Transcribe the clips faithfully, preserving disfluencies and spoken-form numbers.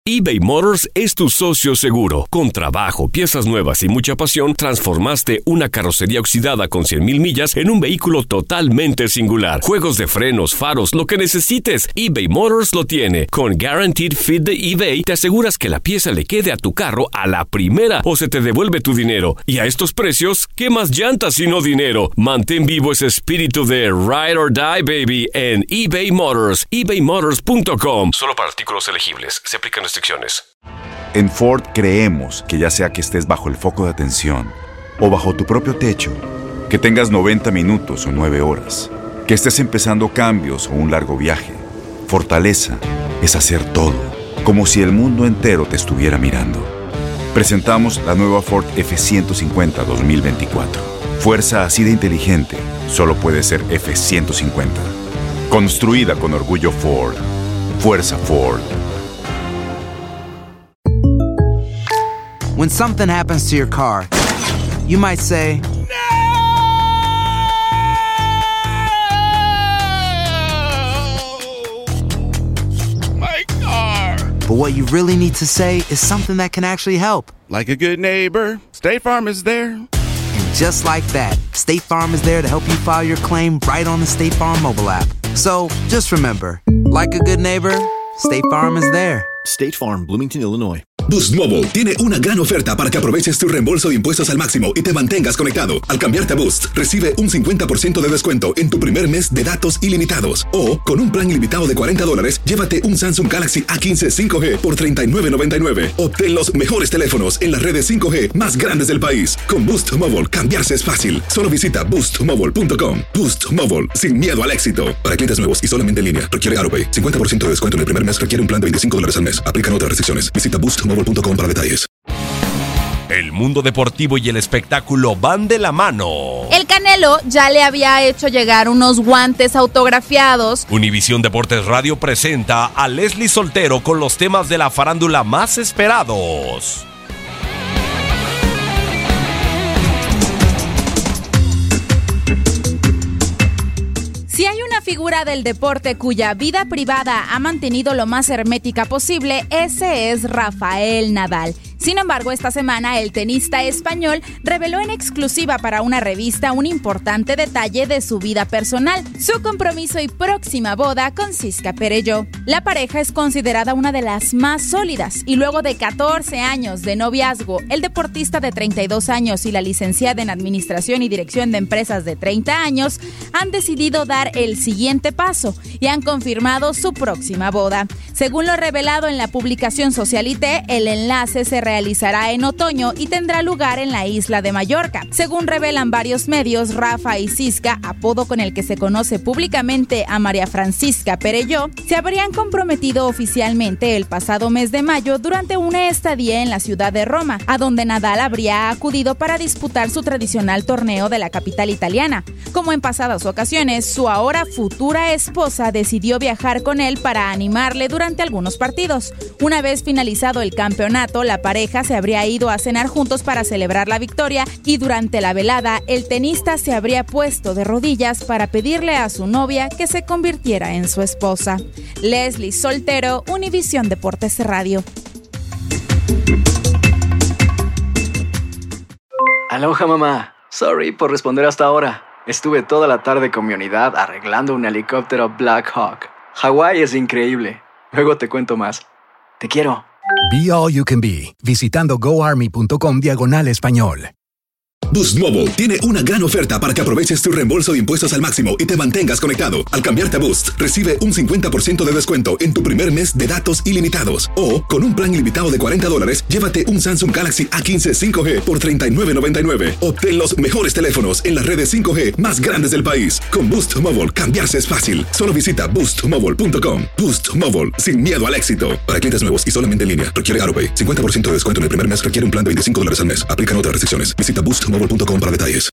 eBay Motors es tu socio seguro. Con trabajo, piezas nuevas y mucha pasión, transformaste una carrocería oxidada con cien mil millas en un vehículo totalmente singular. Juegos de frenos, faros, lo que necesites, eBay Motors lo tiene. Con Guaranteed Fit de eBay, te aseguras que la pieza le quede a tu carro a la primera o se te devuelve tu dinero. Y a estos precios, ¿qué más llantas sino dinero? Mantén vivo ese espíritu de Ride or Die, baby, en eBay Motors. ebay motors punto com. Solo para artículos elegibles. Se aplican restricciones. En Ford creemos que ya sea que estés bajo el foco de atención o bajo tu propio techo, que tengas noventa minutos o nueve horas, que estés empezando cambios o un largo viaje, fortaleza es hacer todo, como si el mundo entero te estuviera mirando. Presentamos la nueva Ford F ciento cincuenta dos mil veinticuatro. Fuerza así de inteligente solo puede ser F ciento cincuenta. Construida con orgullo Ford. Fuerza Ford. When something happens to your car, you might say, No! My car! But what you really need to say is something that can actually help. Like a good neighbor, State Farm is there. And just like that, State Farm is there to help you file your claim right on the State Farm mobile app. So just remember, like a good neighbor, State Farm is there. State Farm, Bloomington, Illinois. Boost Mobile tiene una gran oferta para que aproveches tu reembolso de impuestos al máximo y te mantengas conectado. Al cambiarte a Boost, recibe un cincuenta por ciento de descuento en tu primer mes de datos ilimitados. O, con un plan ilimitado de cuarenta dólares, llévate un Samsung Galaxy A quince cinco G por treinta y nueve noventa y nueve. Obtén los mejores teléfonos en las redes cinco G más grandes del país. Con Boost Mobile, cambiarse es fácil. Solo visita boost mobile punto com. Boost Mobile, sin miedo al éxito. Para clientes nuevos y solamente en línea, requiere AutoPay. cincuenta por ciento de descuento en el primer mes, requiere un plan de veinticinco dólares al mes. Aplican otras restricciones. Visita boost mobile punto com para detalles. El mundo deportivo y el espectáculo van de la mano. El Canelo ya le había hecho llegar unos guantes autografiados. Univisión Deportes Radio presenta a Leslie Soltero con los temas de la farándula más esperados. Si hay una figura del deporte cuya vida privada ha mantenido lo más hermética posible, ese es Rafael Nadal. Sin embargo, esta semana el tenista español reveló en exclusiva para una revista un importante detalle de su vida personal, su compromiso y próxima boda con Cisca Perelló. La pareja es considerada una de las más sólidas y luego de catorce años de noviazgo, el deportista de treinta y dos años y la licenciada en Administración y Dirección de Empresas de treinta años han decidido dar el siguiente paso y han confirmado su próxima boda. Según lo revelado en la publicación Socialité, el enlace se realizará en otoño y tendrá lugar en la isla de Mallorca. Según revelan varios medios, Rafa y Cisca, apodo con el que se conoce públicamente a María Francisca Perelló, se habrían comprometido oficialmente el pasado mes de mayo durante una estadía en la ciudad de Roma, a donde Nadal habría acudido para disputar su tradicional torneo de la capital italiana. Como en pasadas ocasiones, su ahora futura esposa decidió viajar con él para animarle durante algunos partidos. Una vez finalizado el campeonato, la pareja se habría ido a cenar juntos para celebrar la victoria y durante la velada el tenista se habría puesto de rodillas para pedirle a su novia que se convirtiera en su esposa. Leslie Soltero, Univisión Deportes Radio. Aloha, mamá. Sorry por responder hasta ahora. Estuve toda la tarde con mi unidad arreglando un helicóptero Black Hawk. Hawái es increíble. Luego te cuento más. Te quiero. Be All You Can Be, visitando goarmy.com diagonal español. Boost Mobile tiene una gran oferta para que aproveches tu reembolso de impuestos al máximo y te mantengas conectado. Al cambiarte a Boost, recibe un cincuenta por ciento de descuento en tu primer mes de datos ilimitados. O, con un plan ilimitado de cuarenta dólares, llévate un Samsung Galaxy A quince cinco G por treinta y nueve noventa y nueve. Obtén los mejores teléfonos en las redes cinco G más grandes del país. Con Boost Mobile, cambiarse es fácil. Solo visita boost mobile punto com. Boost Mobile, sin miedo al éxito. Para clientes nuevos y solamente en línea, requiere AutoPay. cincuenta por ciento de descuento en el primer mes, requiere un plan de veinticinco dólares al mes. Aplican otras restricciones. Visita boost mobile punto com para detalles.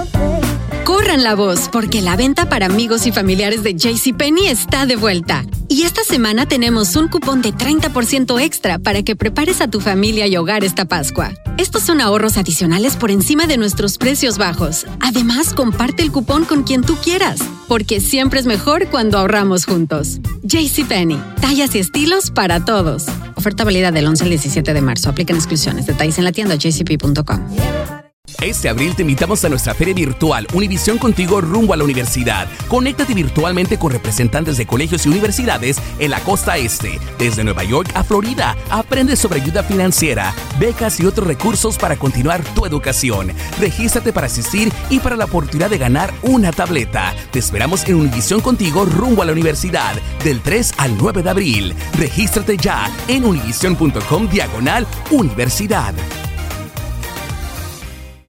Corran la voz, porque la venta para amigos y familiares de JCPenney está de vuelta. Y Y esta semana tenemos un cupón de treinta por ciento extra para que prepares a tu familia y hogar esta Pascua. Estos son ahorros adicionales por encima de nuestros precios bajos. Además, comparte el cupón con quien tú quieras, porque siempre es mejor cuando ahorramos juntos. JCPenney, tallas y estilos para todos. Oferta válida del once al diecisiete de marzo. Aplican exclusiones. Detalles en la tienda j c p punto com. Este abril te invitamos a nuestra feria virtual Univisión Contigo rumbo a la universidad. Conéctate virtualmente con representantes de colegios y universidades en la costa este, desde Nueva York a Florida. Aprende sobre ayuda financiera, becas y otros recursos para continuar tu educación. Regístrate para asistir y para la oportunidad de ganar una tableta. Te esperamos en Univisión Contigo rumbo a la universidad del tres al nueve de abril. Regístrate ya en univision punto com diagonal universidad.